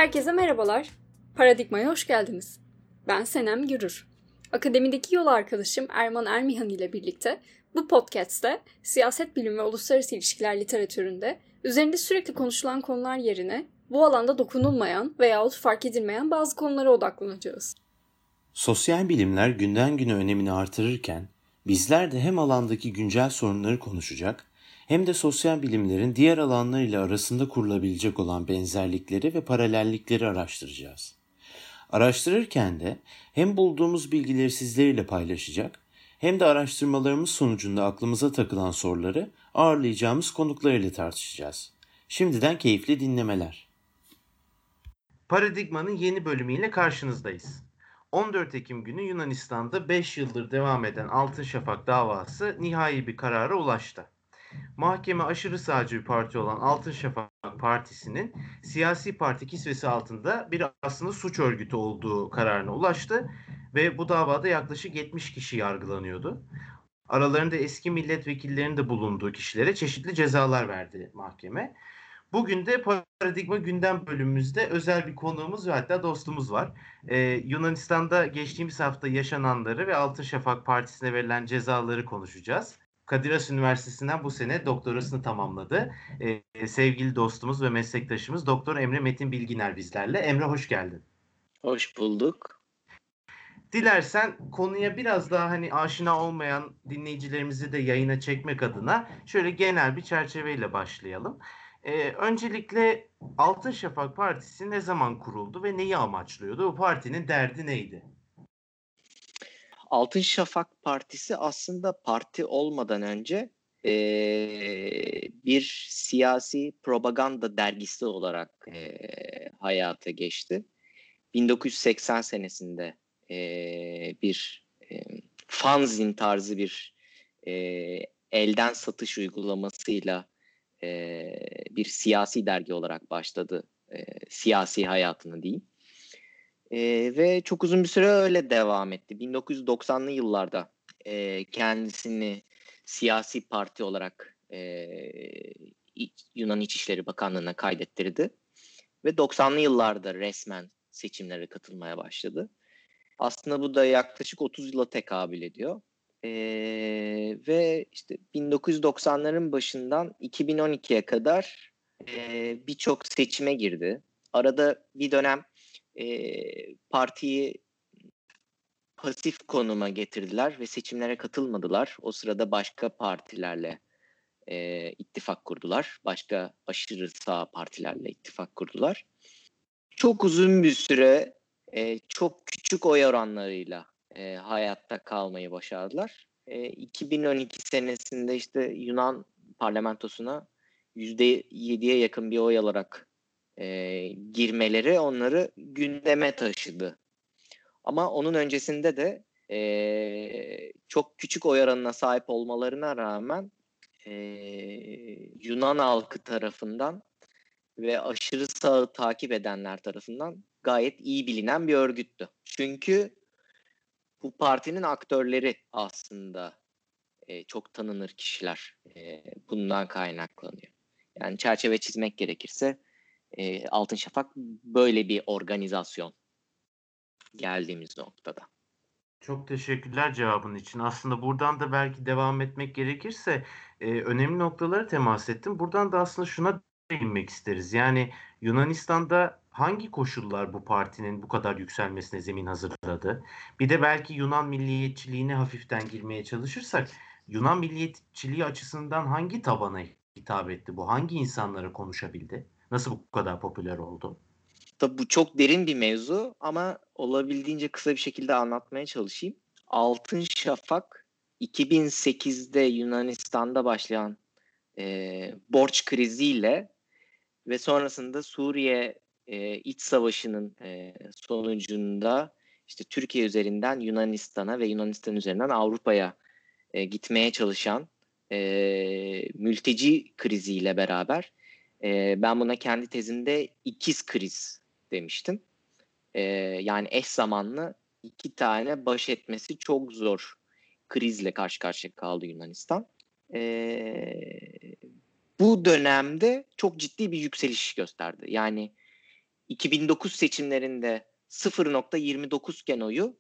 Herkese merhabalar. Paradigma'ya hoş geldiniz. Ben Senem Gürür. Akademideki yol arkadaşım Erman Ermihan ile birlikte bu podcast'te siyaset bilimi ve uluslararası ilişkiler literatüründe üzerinde sürekli konuşulan konular yerine bu alanda dokunulmayan veyahut fark edilmeyen bazı konulara odaklanacağız. Sosyal bilimler günden güne önemini artırırken bizler de hem alandaki güncel sorunları konuşacak hem de sosyal bilimlerin diğer alanlarıyla arasında kurulabilecek olan benzerlikleri ve paralellikleri araştıracağız. Araştırırken de hem bulduğumuz bilgileri sizlerle paylaşacak hem de araştırmalarımız sonucunda aklımıza takılan soruları ağırlayacağımız konuklar ile tartışacağız. Şimdiden keyifli dinlemeler. Paradigma'nın yeni bölümüyle karşınızdayız. 14 Ekim günü Yunanistan'da 5 yıldır devam eden Altın Şafak davası nihai bir karara ulaştı. Mahkeme aşırı sağcı bir parti olan Altın Şafak Partisi'nin siyasi parti kisvesi altında bir aslında suç örgütü olduğu kararına ulaştı ve bu davada yaklaşık 70 kişi yargılanıyordu. Aralarında eski milletvekillerinin de bulunduğu kişilere çeşitli cezalar verdi mahkeme. Bugün de Paradigma gündem bölümümüzde özel bir konuğumuz ve hatta dostumuz var. Yunanistan'da geçtiğimiz hafta yaşananları ve Altın Şafak Partisi'ne verilen cezaları konuşacağız. Kadir Has Üniversitesi'nden bu sene doktorasını tamamladı. Sevgili dostumuz ve meslektaşımız Doktor Emre Metin Bilginer bizlerle. Emre hoş geldin. Hoş bulduk. Dilersen konuya biraz daha aşina olmayan dinleyicilerimizi de yayına çekmek adına şöyle genel bir çerçeveyle başlayalım. Öncelikle Altın Şafak Partisi ne zaman kuruldu ve neyi amaçlıyordu? Bu partinin derdi neydi? Altın Şafak Partisi aslında parti olmadan önce bir siyasi propaganda dergisi olarak hayata geçti. 1980 senesinde bir fanzin tarzı bir elden satış uygulamasıyla bir siyasi dergi olarak başladı siyasi hayatını diyeyim. Ve çok uzun bir süre öyle devam etti. 1990'lı yıllarda kendisini siyasi parti olarak Yunan İçişleri Bakanlığı'na kaydettirdi. Ve 90'lı yıllarda resmen seçimlere katılmaya başladı. Aslında bu da yaklaşık 30 yıla tekabül ediyor. Ve işte 1990'ların başından 2012'ye kadar birçok seçime girdi. Arada bir dönem partiyi pasif konuma getirdiler ve seçimlere katılmadılar. O sırada başka partilerle ittifak kurdular. Başka aşırı sağ partilerle ittifak kurdular. Çok uzun bir süre çok küçük oy oranlarıyla hayatta kalmayı başardılar. 2012 senesinde işte Yunan parlamentosuna %7'ye yakın bir oy alarak girmeleri onları gündeme taşıdı. Ama onun öncesinde de çok küçük oy oranına sahip olmalarına rağmen Yunan halkı tarafından ve aşırı sağı takip edenler tarafından gayet iyi bilinen bir örgüttü. Çünkü bu partinin aktörleri aslında çok tanınır kişiler. Bundan kaynaklanıyor. Yani çerçeve çizmek gerekirse Altın Şafak böyle bir organizasyon geldiğimiz noktada. Çok teşekkürler cevabın için. Aslında buradan da belki devam etmek gerekirse önemli noktalara temas ettim. Buradan da aslında şuna değinmek isteriz. Yani Yunanistan'da hangi koşullar bu partinin bu kadar yükselmesine zemin hazırladı? Bir de belki Yunan milliyetçiliğine hafiften girmeye çalışırsak, Yunan milliyetçiliği açısından hangi tabana hitap etti bu? Hangi insanlara konuşabildi? Nasıl bu kadar popüler oldu? Tabii bu çok derin bir mevzu ama olabildiğince kısa bir şekilde anlatmaya çalışayım. Altın Şafak 2008'de Yunanistan'da başlayan borç kriziyle ve sonrasında Suriye iç savaşının sonucunda işte Türkiye üzerinden Yunanistan'a ve Yunanistan üzerinden Avrupa'ya gitmeye çalışan mülteci kriziyle beraber ben buna kendi tezimde ikiz kriz demiştim. Yani eş zamanlı iki tane baş etmesi çok zor krizle karşı karşıya kaldı Yunanistan. Bu dönemde çok ciddi bir yükseliş gösterdi. Yani 2009 seçimlerinde 0.29 iken oyu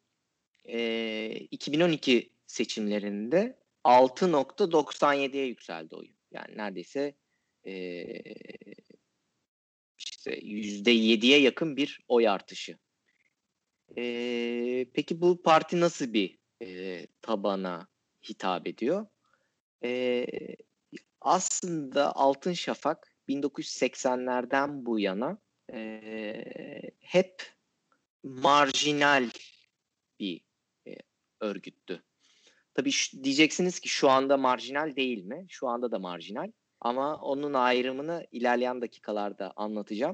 2012 seçimlerinde 6.97'ye yükseldi oyu. Yani neredeyse işte %7'ye yakın bir oy artışı. Peki bu parti nasıl bir tabana hitap ediyor? Aslında Altın Şafak 1980'lerden bu yana hep marjinal bir örgüttü. Tabii diyeceksiniz ki şu anda marjinal değil mi? Şu anda da marjinal. Ama onun ayrımını ilerleyen dakikalarda anlatacağım.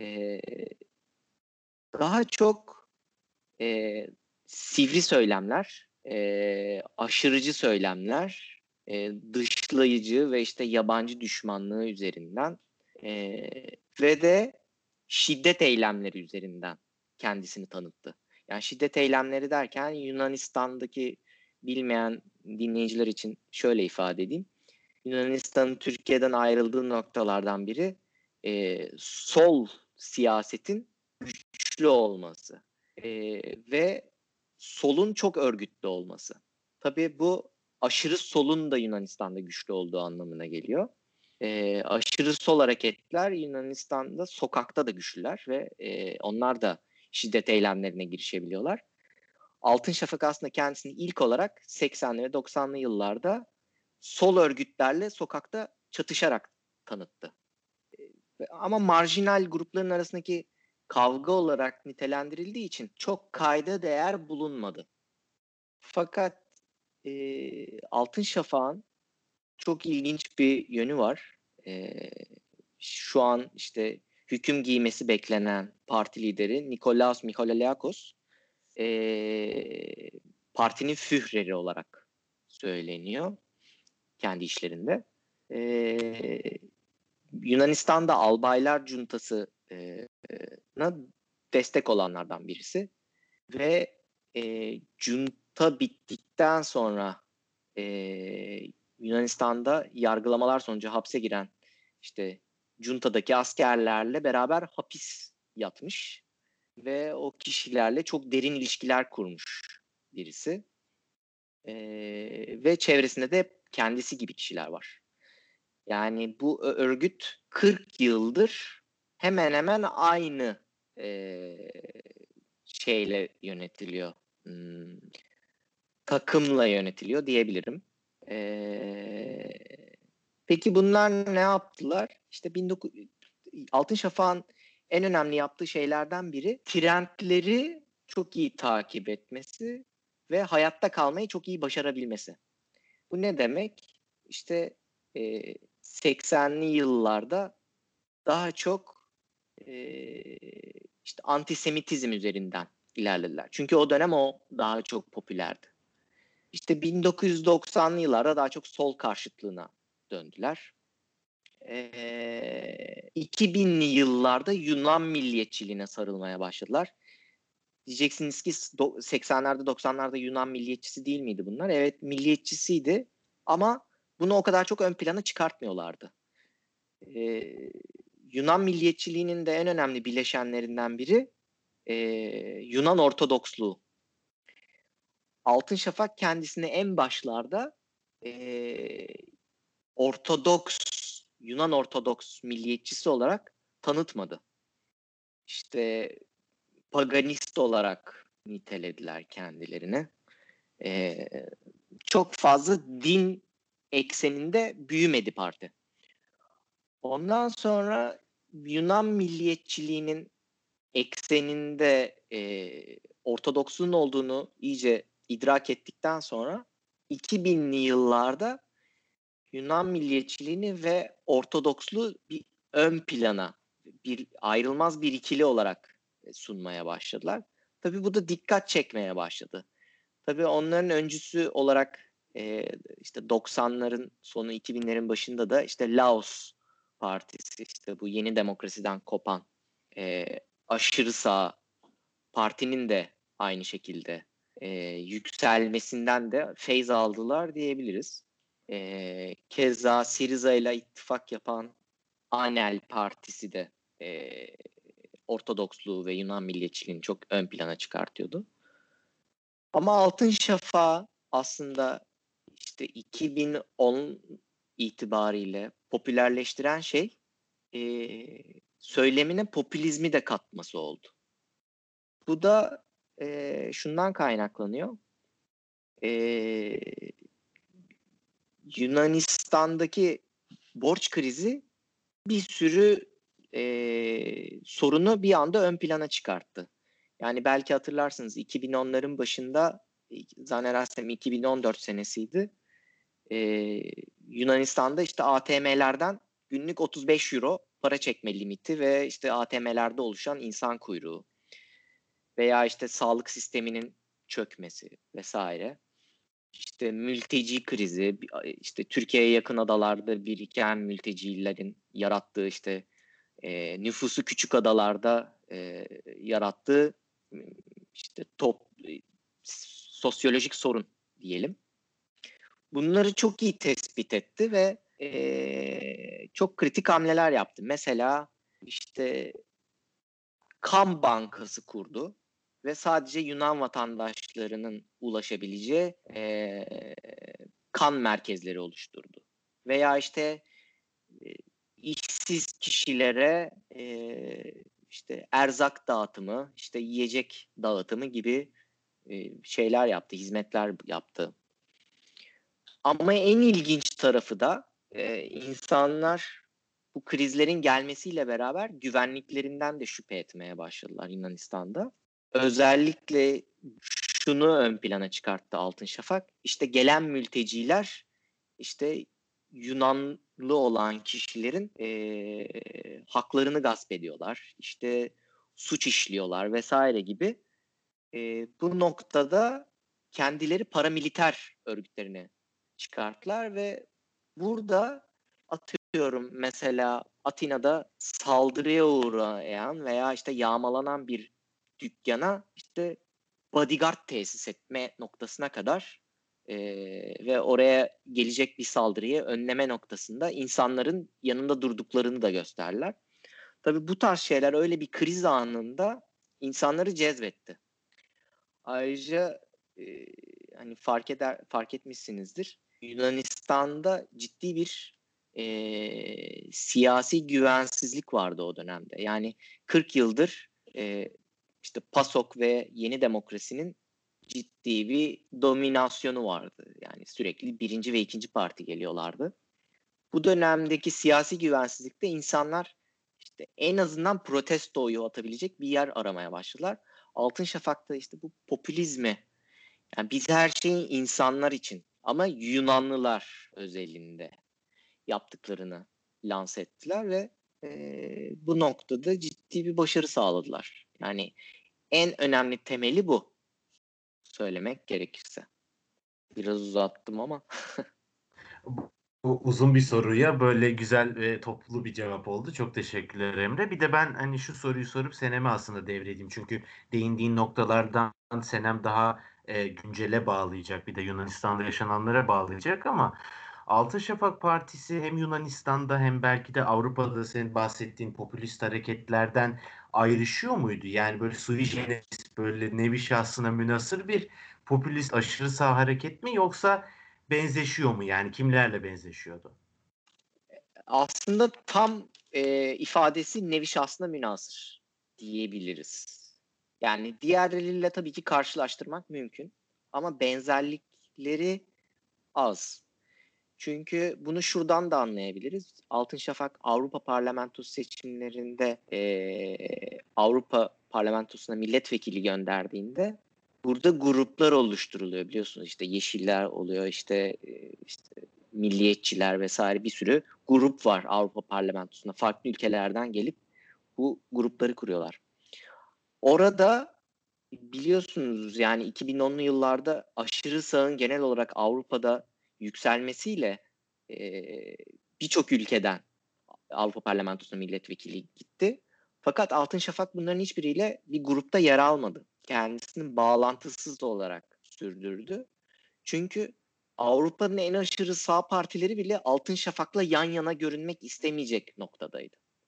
Daha çok sivri söylemler, aşırıcı söylemler, dışlayıcı ve işte yabancı düşmanlığı üzerinden ve de şiddet eylemleri üzerinden kendisini tanıttı. Yani şiddet eylemleri derken Yunanistan'daki bilmeyen dinleyiciler için şöyle ifade edeyim. Yunanistan'ın Türkiye'den ayrıldığı noktalardan biri sol siyasetin güçlü olması ve solun çok örgütlü olması. Tabii bu aşırı solun da Yunanistan'da güçlü olduğu anlamına geliyor. Aşırı sol hareketler Yunanistan'da sokakta da güçlüler ve onlar da şiddet eylemlerine girişebiliyorlar. Altın Şafak aslında kendisini ilk olarak 80'li ve 90'lı yıllarda sol örgütlerle sokakta çatışarak tanıttı. Ama marjinal grupların arasındaki kavga olarak nitelendirildiği için çok kayda değer bulunmadı. Fakat Altın Şafak'ın çok ilginç bir yönü var. Şu an işte hüküm giymesi beklenen parti lideri Nikolaos Mihaloliakos partinin führeri olarak söyleniyor kendi işlerinde. Yunanistan'da albaylar cuntasına destek olanlardan birisi ve junta bittikten sonra Yunanistan'da yargılamalar sonucu hapse giren işte juntadaki askerlerle beraber hapis yatmış ve o kişilerle çok derin ilişkiler kurmuş birisi ve çevresinde de kendisi gibi kişiler var. Yani bu örgüt 40 yıldır hemen hemen aynı şeyle yönetiliyor. Takımla yönetiliyor diyebilirim. Peki bunlar ne yaptılar? İşte Altın Şafak'ın en önemli yaptığı şeylerden biri trendleri çok iyi takip etmesi ve hayatta kalmayı çok iyi başarabilmesi. Bu ne demek? İşte 80'li yıllarda daha çok işte antisemitizm üzerinden ilerlediler. Çünkü o dönem o daha çok popülerdi. İşte 1990'lı yıllarda daha çok sol karşıtlığına döndüler. 2000'li yıllarda Yunan milliyetçiliğine sarılmaya başladılar. Diyeceksiniz ki 80'lerde 90'larda Yunan milliyetçisi değil miydi bunlar? Evet, milliyetçisiydi ama bunu o kadar çok ön plana çıkartmıyorlardı. Yunan milliyetçiliğinin de en önemli bileşenlerinden biri Yunan Ortodoksluğu. Altın Şafak kendisini en başlarda Yunan Ortodoks milliyetçisi olarak tanıtmadı. İşte paganist olarak nitelediler kendilerini. Çok fazla din ekseninde büyümedi parti. Ondan sonra Yunan milliyetçiliğinin ekseninde Ortodoksluğun olduğunu iyice idrak ettikten sonra 2000'li yıllarda Yunan milliyetçiliğini ve Ortodoksluğu bir ön plana, bir ayrılmaz bir ikili olarak sunmaya başladılar. Tabii bu da dikkat çekmeye başladı. Tabii onların öncüsü olarak işte 90'ların sonu 2000'lerin başında da işte Laos Partisi, işte bu yeni demokrasiden kopan aşırı sağ partinin de aynı şekilde yükselmesinden de feyz aldılar diyebiliriz. Keza Syriza ile ittifak yapan ANEL Partisi de Ortodoksluğu ve Yunan milliyetçiliğini çok ön plana çıkartıyordu. Ama Altın Şafak aslında işte 2010 itibariyle popülerleştiren şey söylemine popülizmi de katması oldu. Bu da şundan kaynaklanıyor. Yunanistan'daki borç krizi bir sürü sorunu bir anda ön plana çıkarttı. Yani belki hatırlarsınız 2010'ların başında zannedersem 2014 senesiydi. Yunanistan'da işte ATM'lerden günlük 35 euro para çekme limiti ve işte ATM'lerde oluşan insan kuyruğu veya işte sağlık sisteminin çökmesi vesaire. İşte mülteci krizi, işte Türkiye'ye yakın adalarda biriken mültecilerin yarattığı işte nüfusu küçük adalarda yarattığı işte sosyolojik sorun diyelim. Bunları çok iyi tespit etti ve çok kritik hamleler yaptı. Mesela işte kan bankası kurdu ve sadece Yunan vatandaşlarının ulaşabileceği kan merkezleri oluşturdu. Veya işte işsiz kişilere işte erzak dağıtımı, işte yiyecek dağıtımı gibi şeyler yaptı, hizmetler yaptı. Ama en ilginç tarafı da insanlar bu krizlerin gelmesiyle beraber güvenliklerinden de şüphe etmeye başladılar Yunanistan'da. Özellikle şunu ön plana çıkarttı Altın Şafak. İşte gelen mülteciler işte Yunanlı olan kişilerin haklarını gasp ediyorlar. İşte suç işliyorlar vesaire gibi. Bu noktada kendileri paramiliter örgütlerine çıkarttılar ve burada atıyorum mesela Atina'da saldırıya uğrayan veya işte yağmalanan bir dükkana işte bodyguard tesis etme noktasına kadar ve oraya gelecek bir saldırıyı önleme noktasında insanların yanında durduklarını da gösterdiler. Tabii bu tarz şeyler öyle bir kriz anında insanları cezbetti. Ayrıca hani fark etmişsinizdir. Yunanistan'da ciddi bir siyasi güvensizlik vardı o dönemde. Yani 40 yıldır işte PASOK ve Yeni Demokrasi'nin ciddi bir dominasyonu vardı. Yani sürekli birinci ve ikinci parti geliyorlardı. Bu dönemdeki siyasi güvensizlikte insanlar işte en azından protestoyu atabilecek bir yer aramaya başladılar. Altın Şafak'ta işte bu popülizmi, yani biz her şeyi insanlar için ama Yunanlılar özelinde yaptıklarını lanse ettiler ve bu noktada ciddi bir başarı sağladılar. Yani en önemli temeli bu, söylemek gerekirse. Biraz uzattım ama. Bu uzun bir soruya böyle güzel ve toplu bir cevap oldu. Çok teşekkürler Emre. Bir de ben hani şu soruyu sorup Senem'e aslında devredeyim. Çünkü değindiğin noktalardan Senem daha güncele bağlayacak. Bir de Yunanistan'da yaşananlara bağlayacak ama Altın Şafak Partisi hem Yunanistan'da hem belki de Avrupa'da senin bahsettiğin popülist hareketlerden ayrışıyor muydu? Yani böyle sui generis, böyle nevi şahsına münhasır bir popülist aşırı sağ hareket mi, yoksa benzeşiyor mu? Yani kimlerle benzeşiyordu? Aslında tam ifadesi nevi şahsına münhasır diyebiliriz. Yani diğerleriyle tabii ki karşılaştırmak mümkün ama benzerlikleri az. Çünkü bunu şuradan da anlayabiliriz. Altın Şafak Avrupa Parlamentosu seçimlerinde Avrupa Parlamentosu'na milletvekili gönderdiğinde burada gruplar oluşturuluyor, biliyorsunuz. İşte Yeşiller oluyor, işte milliyetçiler vesaire, bir sürü grup var Avrupa Parlamentosu'na. Farklı ülkelerden gelip bu grupları kuruyorlar. Orada biliyorsunuz yani 2010'lu yıllarda aşırı sağın genel olarak Avrupa'da yükselmesiyle birçok ülkeden Avrupa Parlamentosu'na milletvekili gitti. Fakat Altın Şafak bunların hiçbiriyle bir grupta yer almadı. Kendisini bağlantısız olarak sürdürdü. Çünkü Avrupa'nın en aşırı sağ partileri bile Altın Şafak'la yan yana görünmek istemeyecek noktadaydı.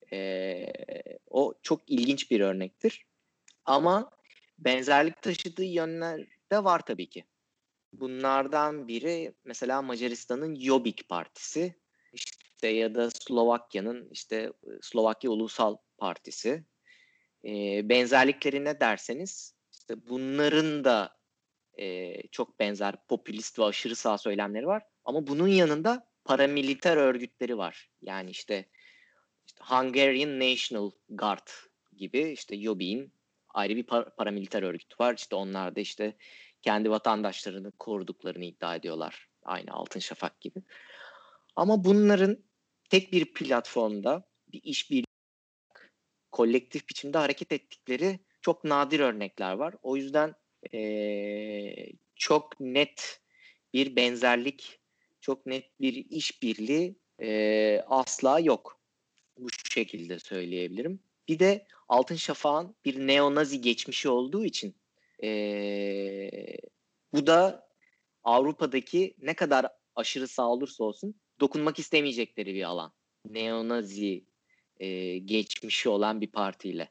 O çok ilginç bir örnektir. Ama benzerlik taşıdığı yönler de var tabii ki. Bunlardan biri mesela Macaristan'ın Jobbik Partisi, işte ya da Slovakya'nın işte Slovakya Ulusal Partisi. Benzerlikleri ne derseniz işte bunların da çok benzer popülist ve aşırı sağ söylemleri var. Ama bunun yanında paramiliter örgütleri var. Yani işte Hungarian National Guard gibi işte Jobbik'in ayrı bir paramiliter örgütü var. İşte onlar da işte kendi vatandaşlarını koruduklarını iddia ediyorlar. Aynı Altın Şafak gibi. Ama bunların tek bir platformda bir işbirliği, kolektif biçimde hareket ettikleri çok nadir örnekler var. O yüzden çok net bir benzerlik, çok net bir işbirliği asla yok. Bu şekilde söyleyebilirim. Bir de Altın Şafak'ın bir neonazi geçmişi olduğu için bu da Avrupa'daki ne kadar aşırı sağ olursa olsun dokunmak istemeyecekleri bir alan. Neonazi geçmişi olan bir partiyle.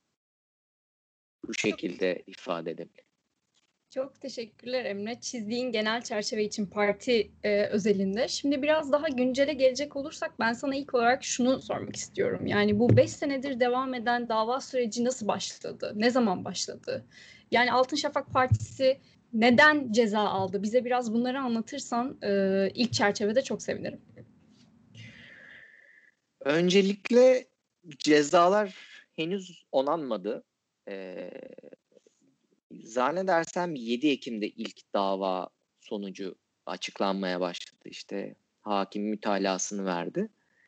Bu şekilde ifade edebilirim. Çok teşekkürler Emre. Çizdiğin genel çerçeve için parti özelinde. Şimdi biraz daha güncele gelecek olursak ben sana ilk olarak şunu sormak istiyorum. Yani bu 5 senedir devam eden dava süreci nasıl başladı? Ne zaman başladı? Yani Altın Şafak Partisi neden ceza aldı? Bize biraz bunları anlatırsan ilk çerçevede çok sevinirim. Öncelikle cezalar henüz onanmadı. Zannedersem 7 Ekim'de ilk dava sonucu açıklanmaya başladı. İşte hakim mütalasını verdi.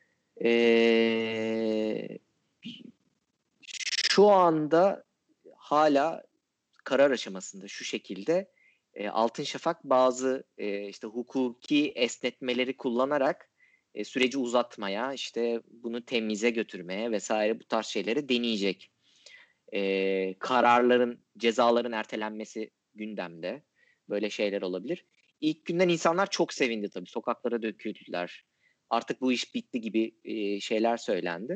Şu anda hala karar aşamasında şu şekilde Altın Şafak bazı işte hukuki esnetmeleri kullanarak süreci uzatmaya, işte bunu temize götürmeye vesaire bu tarz şeyleri deneyecek. Cezaların ertelenmesi gündemde. Böyle şeyler olabilir. İlk günden insanlar çok sevindi tabii. Sokaklara döküldüler. Artık bu iş bitti gibi şeyler söylendi.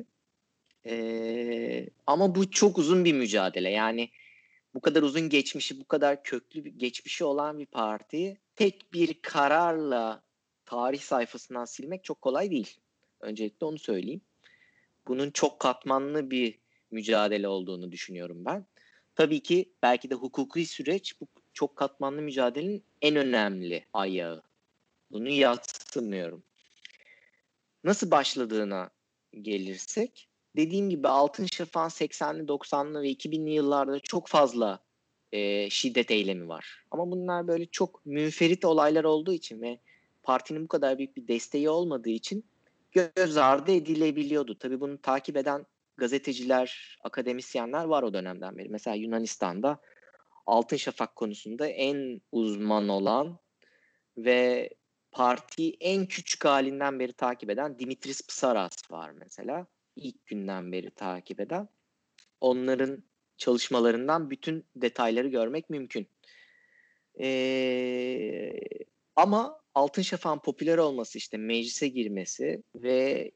Ama bu çok uzun bir mücadele. Yani bu kadar uzun geçmişi, bu kadar köklü bir geçmişi olan bir partiyi tek bir kararla tarih sayfasından silmek çok kolay değil. Öncelikle onu söyleyeyim. Bunun çok katmanlı bir mücadele olduğunu düşünüyorum ben. Tabii ki belki de hukuki süreç bu çok katmanlı mücadelenin en önemli ayağı. Bunu yadsımıyorum. Nasıl başladığına gelirsek, dediğim gibi Altın Şafak'ın 80'li, 90'lı ve 2000'li yıllarda çok fazla şiddet eylemi var. Ama bunlar böyle çok münferit olaylar olduğu için ve partinin bu kadar büyük bir desteği olmadığı için göz ardı edilebiliyordu. Tabii bunu takip eden gazeteciler, akademisyenler var o dönemden beri. Mesela Yunanistan'da Altın Şafak konusunda en uzman olan ve partiyi en küçük halinden beri takip eden Dimitris Psaras var mesela. İlk günden beri takip eden. Onların çalışmalarından bütün detayları görmek mümkün. Ama Altın Şafak'ın popüler olması, işte meclise girmesi ve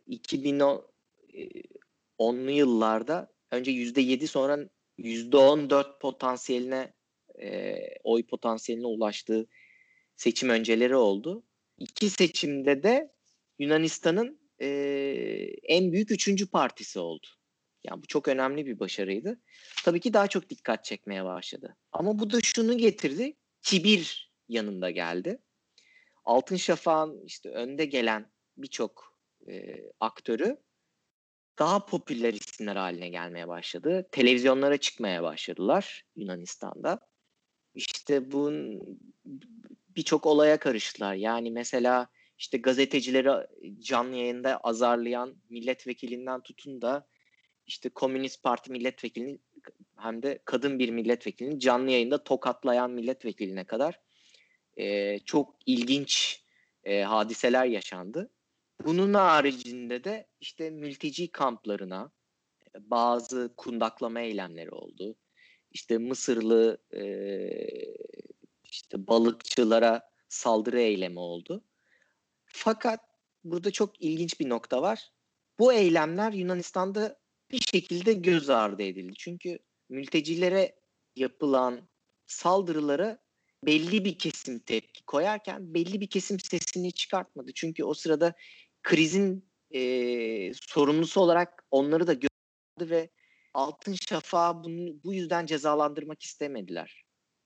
2010'lu yıllarda önce %7 sonra %14 potansiyeline oy potansiyeline ulaştığı seçim önceleri oldu. İki seçimde de Yunanistan'ın en büyük 3. partisi oldu. Yani bu çok önemli bir başarıydı. Tabii ki daha çok dikkat çekmeye başladı. Ama bu da şunu getirdi. Kibir yanında geldi. Altın Şafak'ın işte önde gelen birçok aktörü daha popüler isimler haline gelmeye başladı. Televizyonlara çıkmaya başladılar Yunanistan'da. İşte birçok olaya karıştılar. Yani mesela işte gazetecileri canlı yayında azarlayan milletvekilinden tutun da işte Komünist Parti milletvekilini hem de kadın bir milletvekilini canlı yayında tokatlayan milletvekiline kadar çok ilginç hadiseler yaşandı. Bunun haricinde de işte mülteci kamplarına bazı kundaklama eylemleri oldu. İşte Mısırlı işte balıkçılara saldırı eylemi oldu. Fakat burada çok ilginç bir nokta var. bu eylemler Yunanistan'da bir şekilde göz ardı edildi. Çünkü mültecilere yapılan saldırılara belli bir kesim tepki koyarken belli bir kesim sesini çıkartmadı. Çünkü o sırada krizin sorumlusu olarak onları da gördü ve Altın Şafak'ı bu yüzden cezalandırmak istemediler.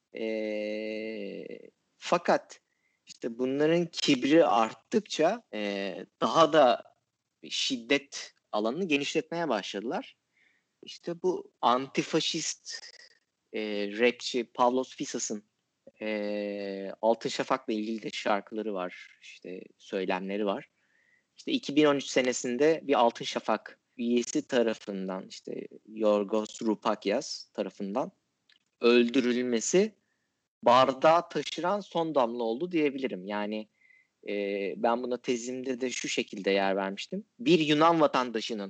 Fakat işte bunların kibri arttıkça daha da şiddet alanını genişletmeye başladılar. İşte bu antifaşist rapçi Pavlos Fissas'ın Altın Şafak'la ilgili de şarkıları var. İşte söylemleri var. İşte 2013 senesinde bir Altın Şafak üyesi tarafından işte Yorgos Rupakias tarafından öldürülmesi bardağı taşıran son damla oldu diyebilirim. Yani ben buna tezimde de şu şekilde yer vermiştim. Bir Yunan vatandaşının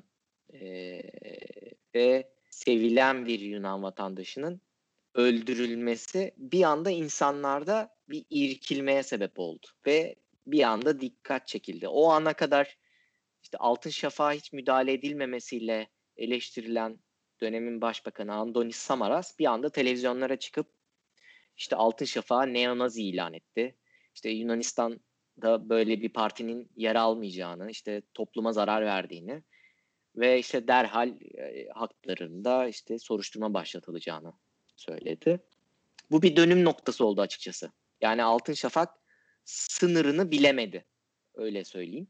ve sevilen bir Yunan vatandaşının öldürülmesi bir anda insanlarda bir irkilmeye sebep oldu ve bir anda dikkat çekildi. O ana kadar işte Altın Şafak'a hiç müdahale edilmemesiyle eleştirilen dönemin başbakanı Andonis Samaras bir anda televizyonlara çıkıp işte Altın Şafak'a neonazi ilan etti. İşte Yunanistan'da böyle bir partinin yer almayacağını, işte topluma zarar verdiğini ve işte derhal haklarında işte soruşturma başlatılacağını söyledi. Bu bir dönüm noktası oldu açıkçası. Yani Altın Şafak sınırını bilemedi. Öyle söyleyeyim.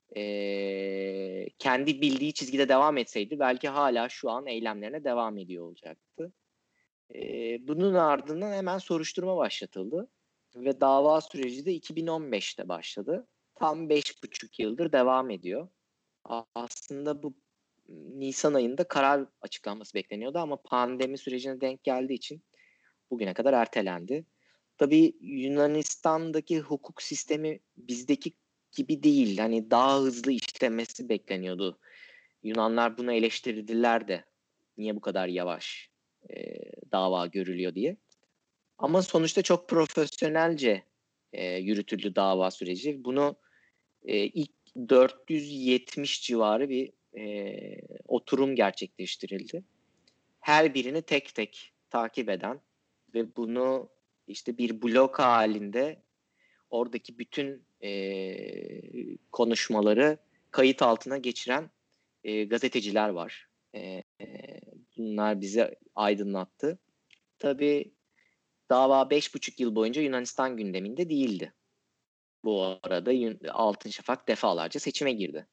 Kendi bildiği çizgide devam etseydi belki hala şu an eylemlerine devam ediyor olacaktı. Bunun ardından hemen soruşturma başlatıldı. Ve dava süreci de 2015'te başladı. Tam 5,5 yıldır devam ediyor. Aslında bu Nisan ayında karar açıklanması bekleniyordu ama pandemi sürecine denk geldiği için bugüne kadar ertelendi. Tabii Yunanistan'daki hukuk sistemi bizdeki gibi değil. Hani daha hızlı işlemesi bekleniyordu. Yunanlar bunu eleştirdiler de niye bu kadar yavaş dava görülüyor diye. Ama sonuçta çok profesyonelce yürütüldü dava süreci. Bunu ilk 470 civarı bir oturum gerçekleştirildi. Her birini tek tek takip eden ve bunu işte bir blok halinde oradaki bütün konuşmaları kayıt altına geçiren gazeteciler var. Bunlar bizi aydınlattı. Tabii dava 5,5 yıl boyunca Yunanistan gündeminde değildi. Bu arada Altın Şafak defalarca seçime girdi.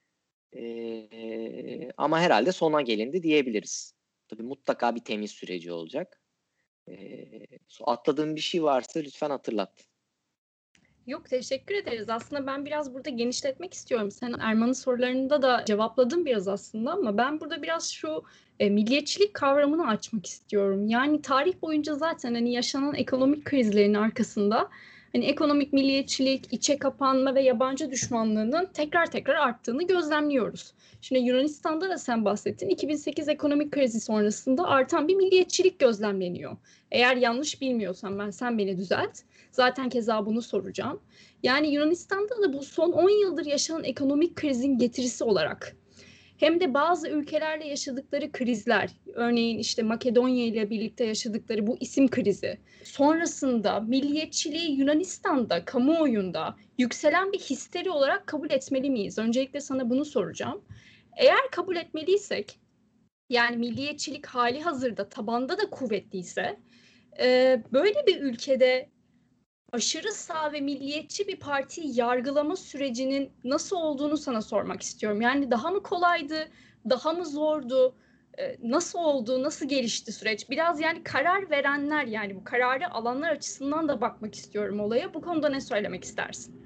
Ama herhalde sona gelindi diyebiliriz. Tabii mutlaka bir temiz süreci olacak. Atladığım bir şey varsa lütfen hatırlat. Yok, teşekkür ederiz. Aslında ben biraz burada genişletmek istiyorum. Sen Erman'ın sorularında da cevapladın biraz aslında ama ben burada biraz şu milliyetçilik kavramını açmak istiyorum. Yani tarih boyunca zaten hani yaşanan ekonomik krizlerin arkasında hani ekonomik milliyetçilik, içe kapanma ve yabancı düşmanlığının tekrar tekrar arttığını gözlemliyoruz. Şimdi Yunanistan'da da sen bahsettin. 2008 ekonomik krizi sonrasında artan bir milliyetçilik gözlemleniyor. Eğer yanlış bilmiyorsam sen beni düzelt. Zaten keza bunu soracağım. Yani Yunanistan'da da bu son 10 yıldır yaşanan ekonomik krizin getirisi olarak hem de bazı ülkelerle yaşadıkları krizler, örneğin işte Makedonya ile birlikte yaşadıkları bu isim krizi, sonrasında milliyetçiliği Yunanistan'da, kamuoyunda yükselen bir histeri olarak kabul etmeli miyiz? Öncelikle sana bunu soracağım. Eğer kabul etmeliysek, yani milliyetçilik hali hazırda tabanda da kuvvetliyse, böyle bir ülkede aşırı sağ ve milliyetçi bir partiyi yargılama sürecinin nasıl olduğunu sana sormak istiyorum. Yani daha mı kolaydı, daha mı zordu, nasıl oldu, nasıl gelişti süreç? Biraz yani karar verenler, yani bu kararı alanlar açısından da bakmak istiyorum olaya. Bu konuda ne söylemek istersin?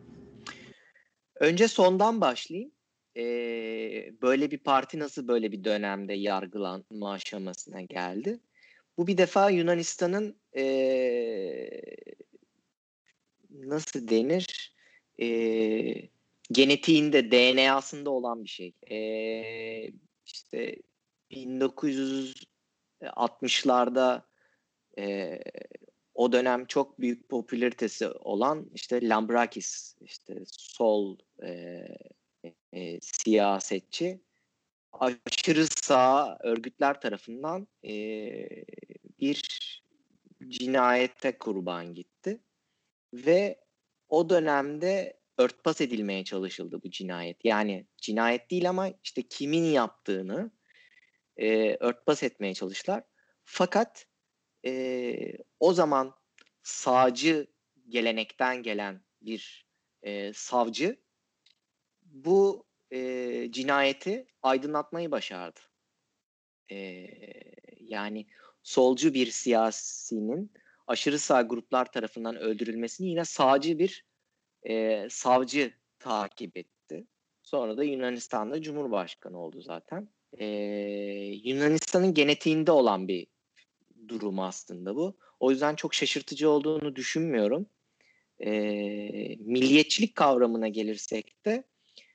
Önce sondan başlayayım. Böyle bir parti nasıl böyle bir dönemde yargılanma aşamasına geldi? Bu bir defa Yunanistan'ın nasıl denir? Genetiğinde, DNA'sında olan bir şey. İşte 1960'larda o dönem çok büyük popülaritesi olan işte Lambrakis, işte sol siyasetçi aşırı sağ örgütler tarafından bir cinayete kurban gitti ve o dönemde örtbas edilmeye çalışıldı bu cinayet. Yani cinayet değil ama işte kimin yaptığını örtbas etmeye çalıştılar. Fakat o zaman sağcı gelenekten gelen bir savcı bu cinayeti aydınlatmayı başardı. Yani solcu bir siyasinin aşırı sağ gruplar tarafından öldürülmesini yine sağcı bir savcı takip etti. Sonra da Yunanistan'da Cumhurbaşkanı oldu zaten. Yunanistan'ın genetiğinde olan bir durum aslında bu. O yüzden çok şaşırtıcı olduğunu düşünmüyorum. Milliyetçilik kavramına gelirsek de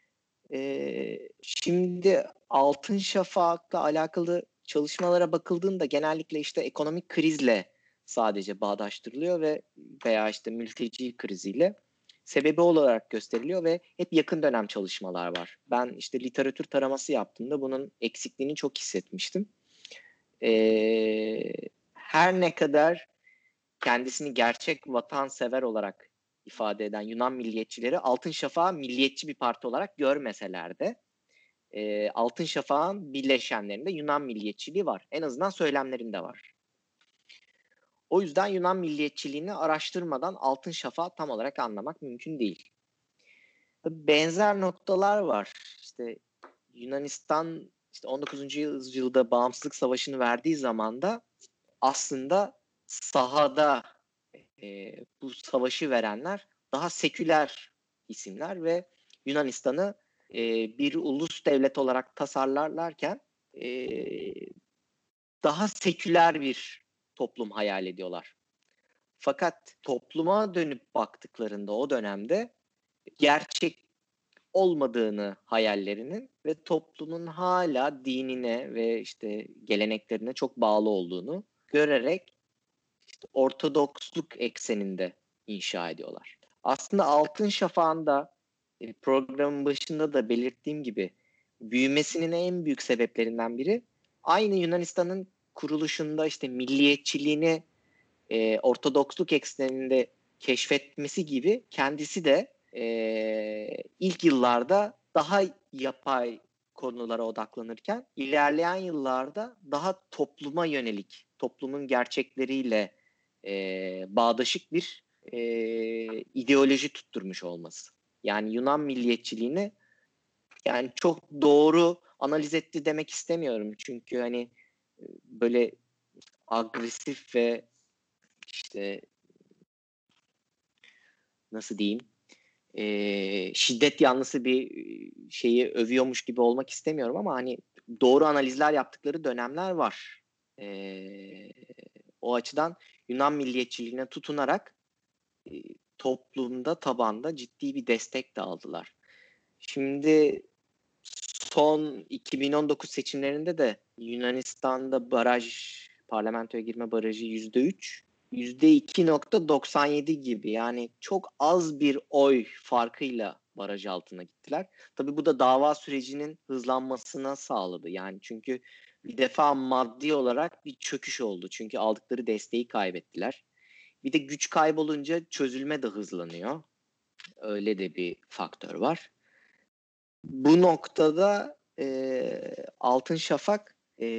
şimdi Altın Şafak'la alakalı çalışmalara bakıldığında genellikle işte ekonomik krizle sadece bağdaştırılıyor ve veya işte mülteci kriziyle sebebi olarak gösteriliyor ve hep yakın dönem çalışmalar var. Ben işte literatür taraması yaptığımda bunun eksikliğini çok hissetmiştim. Her ne kadar kendisini gerçek vatansever olarak ifade eden Yunan milliyetçileri Altın Şafak'ı milliyetçi bir parti olarak görmeseler de Altın Şafak'ın bileşenlerinde Yunan milliyetçiliği var. En azından söylemlerinde var. O yüzden Yunan milliyetçiliğini araştırmadan Altın Şafak'ı tam olarak anlamak mümkün değil. Benzer noktalar var. İşte Yunanistan işte 19. yüzyılda bağımsızlık savaşını verdiği zaman da aslında sahada bu savaşı verenler daha seküler isimler ve Yunanistan'ı bir ulus devlet olarak tasarlarlarken daha seküler bir toplum hayal ediyorlar. Fakat topluma dönüp baktıklarında o dönemde gerçek olmadığını hayallerinin ve toplumun hala dinine ve işte geleneklerine çok bağlı olduğunu görerek işte Ortodoksluk ekseninde inşa ediyorlar. Aslında Altın Şafak'ın da programın başında da belirttiğim gibi büyümesinin en büyük sebeplerinden biri aynı Yunanistan'ın kuruluşunda işte milliyetçiliğini Ortodoksluk ekseninde keşfetmesi gibi kendisi de ilk yıllarda daha yapay konulara odaklanırken ilerleyen yıllarda daha topluma yönelik, toplumun gerçekleriyle bağdaşık bir ideoloji tutturmuş olması. Yani Yunan milliyetçiliğini yani çok doğru analiz etti demek istemiyorum. Çünkü hani böyle agresif ve işte nasıl diyeyim şiddet yanlısı bir şeyi övüyormuş gibi olmak istemiyorum ama hani doğru analizler yaptıkları dönemler var. O açıdan Yunan milliyetçiliğine tutunarak toplumda, tabanda ciddi bir destek de aldılar. Şimdi son 2019 seçimlerinde de Yunanistan'da parlamentoya girme barajı %3, %2.97 gibi, yani çok az bir oy farkıyla baraj altına gittiler. Tabii bu da dava sürecinin hızlanmasına sağladı. Yani çünkü bir defa maddi olarak bir çöküş oldu. Çünkü aldıkları desteği kaybettiler. Bir de güç kaybolunca çözülme de hızlanıyor. Öyle de bir faktör var. Bu noktada Altın Şafak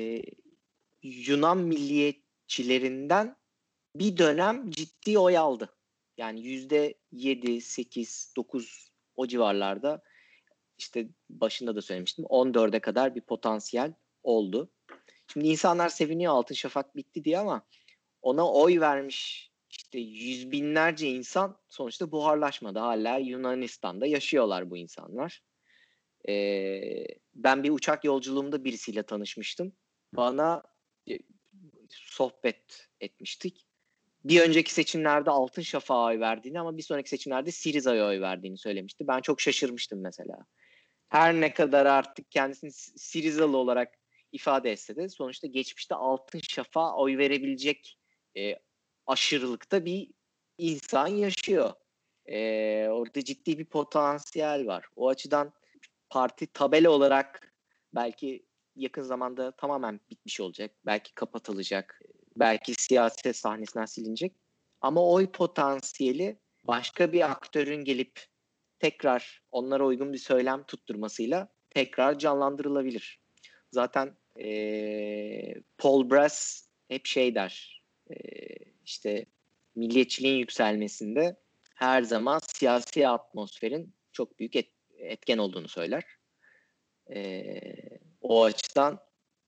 Yunan milliyetçilerinden bir dönem ciddi oy aldı. Yani %7, 8, 9 o civarlarda, işte başında da söylemiştim, 14'e kadar bir potansiyel oldu. Şimdi insanlar seviniyor Altın Şafak bitti diye ama ona oy vermiş işte yüz binlerce insan sonuçta buharlaşmadı. Hala Yunanistan'da yaşıyorlar bu insanlar. Ben bir uçak yolculuğumda birisiyle tanışmıştım. Bana sohbet etmiştik. Bir önceki seçimlerde Altın Şafak'a oy verdiğini ama bir sonraki seçimlerde Syriza'ya oy verdiğini söylemişti. Ben çok şaşırmıştım mesela. Her ne kadar artık kendisini Syrizalı olarak ifade etse de sonuçta geçmişte Altın Şafak'a oy verebilecek aşırılıkta bir insan yaşıyor. Orada ciddi bir potansiyel var. O açıdan parti tabela olarak belki yakın zamanda tamamen bitmiş olacak. Belki kapatılacak. Belki siyaset sahnesinden silinecek. Ama oy potansiyeli başka bir aktörün gelip tekrar onlara uygun bir söylem tutturmasıyla tekrar canlandırılabilir. Zaten Paul Brass hep şey der, işte milliyetçiliğin yükselmesinde her zaman siyasi atmosferin çok büyük etken olduğunu söyler. O açıdan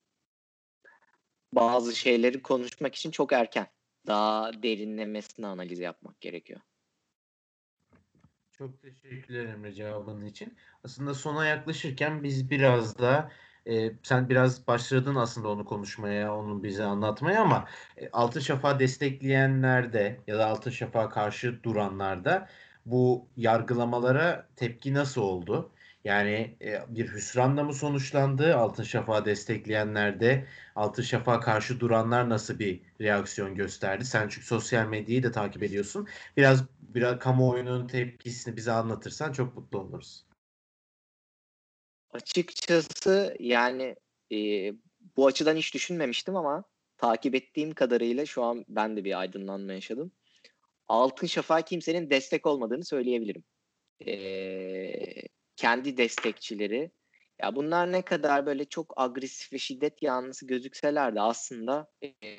bazı şeyleri konuşmak için çok erken. Daha derinlemesine analiz yapmak gerekiyor. Çok teşekkürler Emre cevabın için. Aslında sona yaklaşırken biz biraz da sen biraz başladın aslında onu konuşmaya, onu bize anlatmaya ama Altın Şafak'ı destekleyenlerde ya da Altın Şafak'a karşı duranlarda bu yargılamalara tepki nasıl oldu? Yani bir hüsranla mı sonuçlandı? Altın Şafak'ı destekleyenlerde Altın Şafak'a karşı duranlar nasıl bir reaksiyon gösterdi? Sen çünkü sosyal medyayı da takip ediyorsun. Biraz kamuoyunun tepkisini bize anlatırsan çok mutlu oluruz. Açıkçası yani bu açıdan hiç düşünmemiştim ama takip ettiğim kadarıyla şu an ben de bir aydınlanma yaşadım. Altın Şafak'a kimsenin destek olmadığını söyleyebilirim. Kendi destekçileri, ya bunlar ne kadar böyle çok agresif ve şiddet yanlısı gözükseler de aslında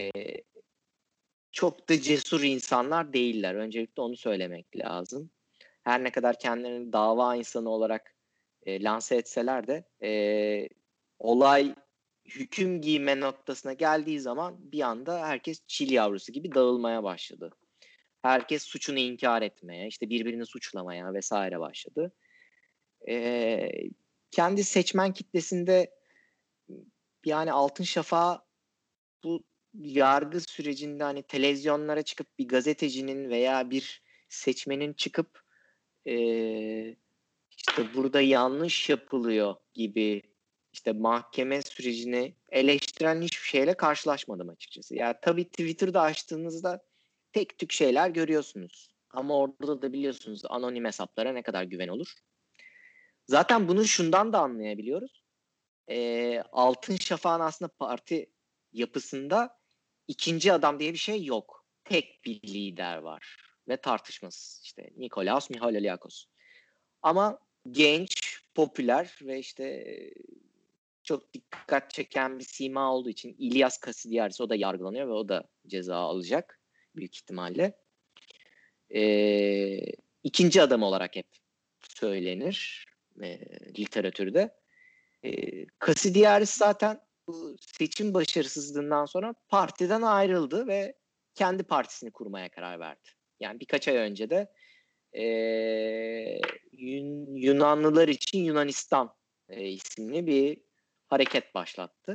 çok da cesur insanlar değiller. Öncelikle onu söylemek lazım. Her ne kadar kendilerini dava insanı olarak lanse etseler de olay hüküm giyme noktasına geldiği zaman bir anda herkes çil yavrusu gibi dağılmaya başladı. Herkes suçunu inkar etmeye, işte birbirini suçlamaya vesaire başladı. Kendi seçmen kitlesinde yani Altın Şafak bu yargı sürecinde hani televizyonlara çıkıp bir gazetecinin veya bir seçmenin çıkıp işte burada yanlış yapılıyor gibi işte mahkeme sürecini eleştiren hiçbir şeyle karşılaşmadım açıkçası. Ya tabii Twitter'da açtığınızda tek tük şeyler görüyorsunuz. Ama orada da biliyorsunuz anonim hesaplara ne kadar güven olur. Zaten bunu şundan da anlayabiliyoruz. Altın Şafak'ın aslında parti yapısında ikinci adam diye bir şey yok. Tek bir lider var ve tartışmasız. İşte Nikolaos Mihaloliakos. Ama genç, popüler ve işte çok dikkat çeken bir sima olduğu için İlyas Kasidiaris o da yargılanıyor ve o da ceza alacak büyük ihtimalle. İkinci adam olarak hep söylenir literatürde. Kasidiaris zaten bu seçim başarısızlığından sonra partiden ayrıldı ve kendi partisini kurmaya karar verdi. Yani birkaç ay önce de Yunanlılar için Yunanistan isimli bir hareket başlattı.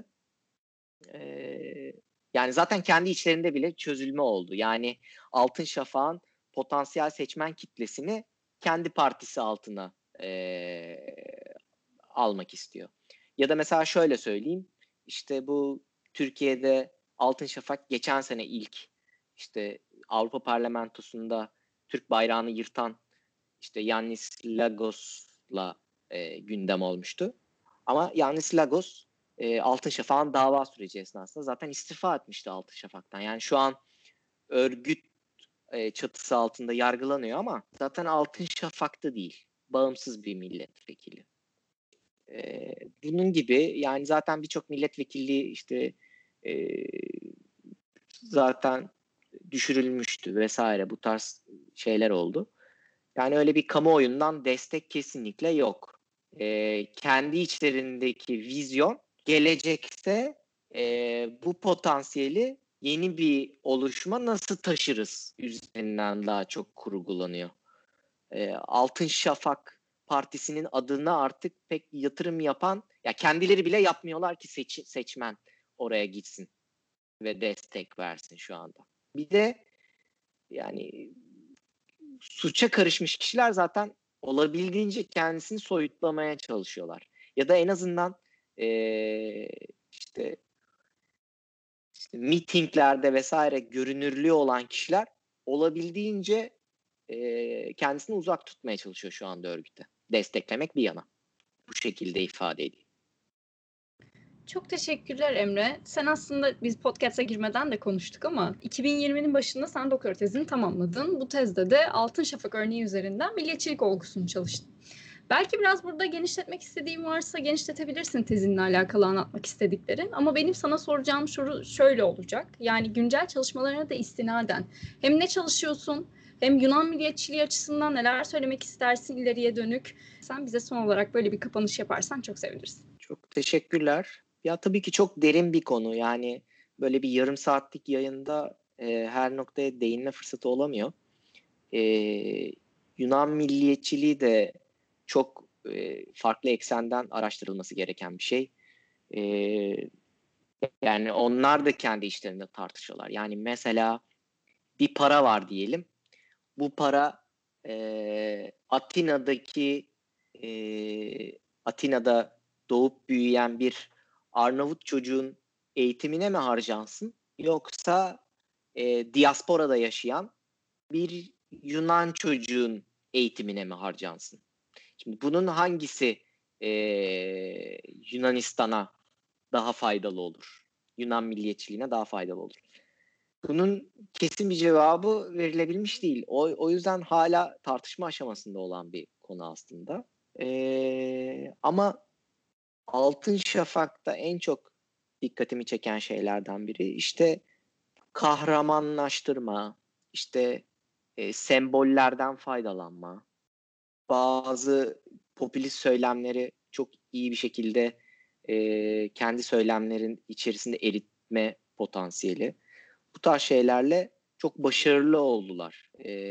Yani zaten kendi içlerinde bile çözülme oldu. Yani Altın Şafak'ın potansiyel seçmen kitlesini kendi partisi altına almak istiyor. Ya da mesela şöyle söyleyeyim. İşte bu Türkiye'de Altın Şafak geçen sene ilk işte Avrupa Parlamentosu'nda Türk bayrağını yırtan işte Yannis Lagos'la gündem olmuştu. Ama Yannis Lagos Altın Şafak'ın dava süreci esnasında zaten istifa etmişti Altın Şafak'tan. Yani şu an örgüt çatısı altında yargılanıyor ama zaten Altın Şafak'ta değil. Bağımsız bir milletvekili. Bunun gibi yani zaten birçok milletvekilliği işte zaten düşürülmüştü vesaire, bu tarz şeyler oldu. Yani öyle bir kamuoyundan destek kesinlikle yok. Kendi içlerindeki vizyon gelecekte bu potansiyeli yeni bir oluşuma nasıl taşırız üzerinden daha çok kurgulanıyor. Altın Şafak Partisi'nin adına artık pek yatırım yapan, ya kendileri bile yapmıyorlar ki seçmen oraya gitsin ve destek versin şu anda. Bir de yani suça karışmış kişiler zaten olabildiğince kendisini soyutlamaya çalışıyorlar. Ya da en azından işte mitinglerde vesaire görünürlüğü olan kişiler olabildiğince kendisini uzak tutmaya çalışıyor şu anda örgüte. Desteklemek bir yana. bu şekilde ifade edeyim. Çok teşekkürler Emre. Sen aslında biz podcast'a girmeden de konuştuk ama 2020'nin başında sen doktora tezini tamamladın. Bu tezde de Altın Şafak örneği üzerinden milliyetçilik olgusunu çalıştın. Belki biraz burada genişletmek istediğin varsa genişletebilirsin tezinle alakalı anlatmak istediklerin. Ama benim sana soracağım soru şöyle olacak. Yani güncel çalışmalarına da istinaden hem ne çalışıyorsun hem Yunan milliyetçiliği açısından neler söylemek istersin ileriye dönük. Sen bize son olarak böyle bir kapanış yaparsan çok seviniriz. Çok teşekkürler. Ya tabii ki çok derin bir konu. Yani böyle bir yarım saatlik yayında her noktaya değinme fırsatı olamıyor. Yunan milliyetçiliği de çok farklı eksenden araştırılması gereken bir şey. Yani onlar da kendi işlerinde tartışıyorlar. Yani mesela bir para var diyelim. Bu para Atina'da doğup büyüyen bir Arnavut çocuğun eğitimine mi harcansın? Yoksa diasporada yaşayan bir Yunan çocuğun eğitimine mi harcansın? Şimdi bunun hangisi Yunanistan'a daha faydalı olur? Yunan milliyetçiliğine daha faydalı olur? Bunun kesin bir cevabı verilebilmiş değil. O yüzden hala tartışma aşamasında olan bir konu aslında. Ama Altın Şafak'ta en çok dikkatimi çeken şeylerden biri işte kahramanlaştırma, işte sembollerden faydalanma, bazı popülist söylemleri çok iyi bir şekilde kendi söylemlerin içerisinde eritme potansiyeli. Bu tarz şeylerle çok başarılı oldular.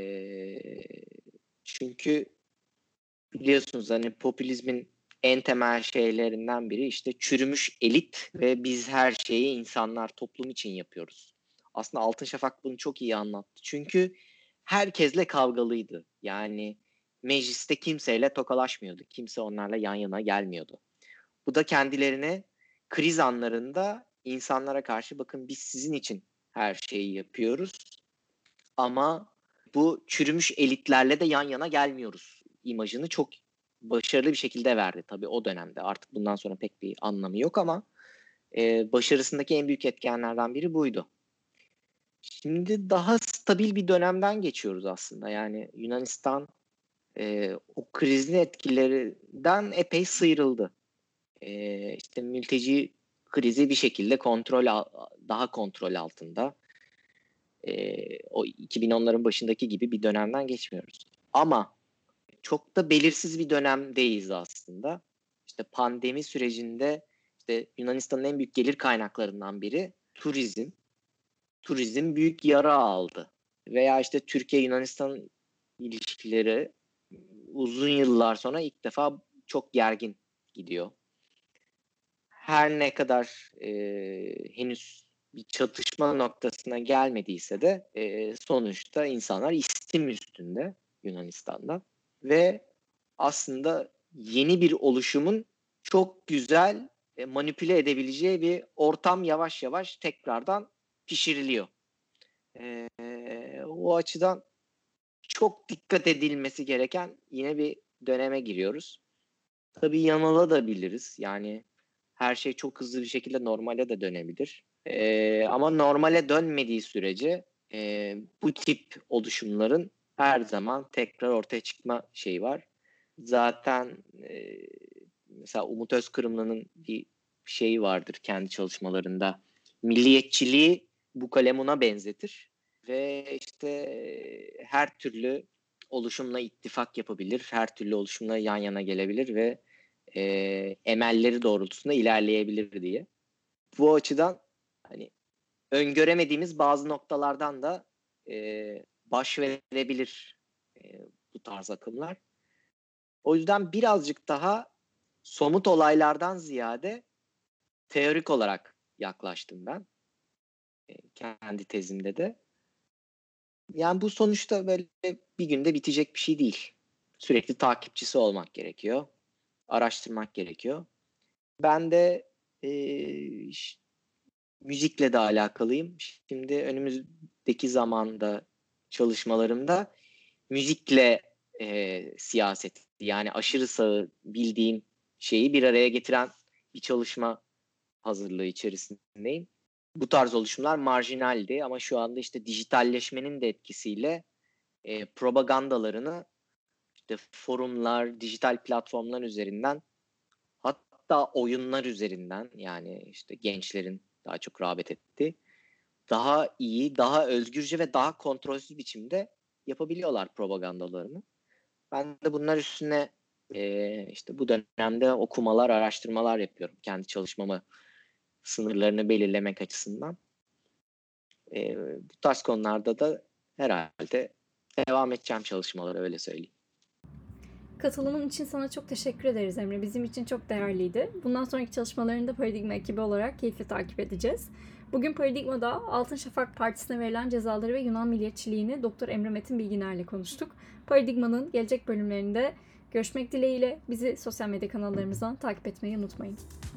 Çünkü biliyorsunuz hani popülizmin en temel şeylerinden biri işte çürümüş elit ve biz her şeyi insanlar, toplum için yapıyoruz. Aslında Altın Şafak bunu çok iyi anlattı. Çünkü herkesle kavgalıydı. Yani mecliste kimseyle tokalaşmıyordu. Kimse onlarla yan yana gelmiyordu. Bu da kendilerine kriz anlarında insanlara karşı bakın biz sizin için her şeyi yapıyoruz ama bu çürümüş elitlerle de yan yana gelmiyoruz imajını çok başarılı bir şekilde verdi tabii o dönemde. Artık bundan sonra pek bir anlamı yok ama başarısındaki en büyük etkenlerden biri buydu. Şimdi daha stabil bir dönemden geçiyoruz aslında. Yani Yunanistan o krizin etkilerinden epey sıyrıldı. İşte mülteci krizi bir şekilde daha kontrol altında. O 2010'ların başındaki gibi bir dönemden geçmiyoruz. Ama çok da belirsiz bir dönemdeyiz aslında. İşte pandemi sürecinde işte Yunanistan'ın en büyük gelir kaynaklarından biri turizm. Turizm büyük yara aldı. Veya işte Türkiye-Yunanistan ilişkileri uzun yıllar sonra ilk defa çok gergin gidiyor. Her ne kadar henüz bir çatışma noktasına gelmediyse de sonuçta insanlar istim üstünde Yunanistan'da ve aslında yeni bir oluşumun çok güzel manipüle edebileceği bir ortam yavaş yavaş tekrardan pişiriliyor. O açıdan çok dikkat edilmesi gereken yine bir döneme giriyoruz. Tabii yanılabiliriz. Yani her şey çok hızlı bir şekilde normale de dönebilir. Ama normale dönmediği sürece bu tip oluşumların her zaman tekrar ortaya çıkma şeyi var. Zaten mesela Umut Özkırımlı'nın bir şeyi vardır kendi çalışmalarında. Milliyetçiliği bu kalemuna benzetir. Ve işte her türlü oluşumla ittifak yapabilir, her türlü oluşumla yan yana gelebilir ve emelleri doğrultusunda ilerleyebilir diye. Bu açıdan hani öngöremediğimiz bazı noktalardan da baş verebilir bu tarz akımlar. O yüzden birazcık daha somut olaylardan ziyade teorik olarak yaklaştım ben kendi tezimde de. Yani bu sonuçta böyle bir günde bitecek bir şey değil. Sürekli takipçisi olmak gerekiyor. Araştırmak gerekiyor. Ben de müzikle de alakalıyım. Şimdi önümüzdeki zamanda çalışmalarımda müzikle siyaset yani aşırı sağı bildiğim şeyi bir araya getiren bir çalışma hazırlığı içerisindeyim. Bu tarz oluşumlar marjinaldi ama şu anda işte dijitalleşmenin de etkisiyle propagandalarını işte forumlar, dijital platformlar üzerinden, hatta oyunlar üzerinden, yani işte gençlerin daha çok rağbet ettiği, daha iyi, daha özgürce ve daha kontrolsüz biçimde yapabiliyorlar propagandalarını. Ben de bunlar üstüne işte bu dönemde okumalar, araştırmalar yapıyorum. Kendi çalışmamı, sınırlarını belirlemek açısından. Bu tarz konularda da herhalde devam edeceğim çalışmalara, öyle söyleyeyim. Katılımın için sana çok teşekkür ederiz Emre. Bizim için çok değerliydi. Bundan sonraki çalışmalarını da Paradigma ekibi olarak keyifle takip edeceğiz. Bugün Paradigma'da Altın Şafak Partisi'ne verilen cezaları ve Yunan milliyetçiliğini Dr. Emre Metin Bilginer'le konuştuk. Paradigma'nın gelecek bölümlerinde görüşmek dileğiyle bizi sosyal medya kanallarımızdan takip etmeyi unutmayın.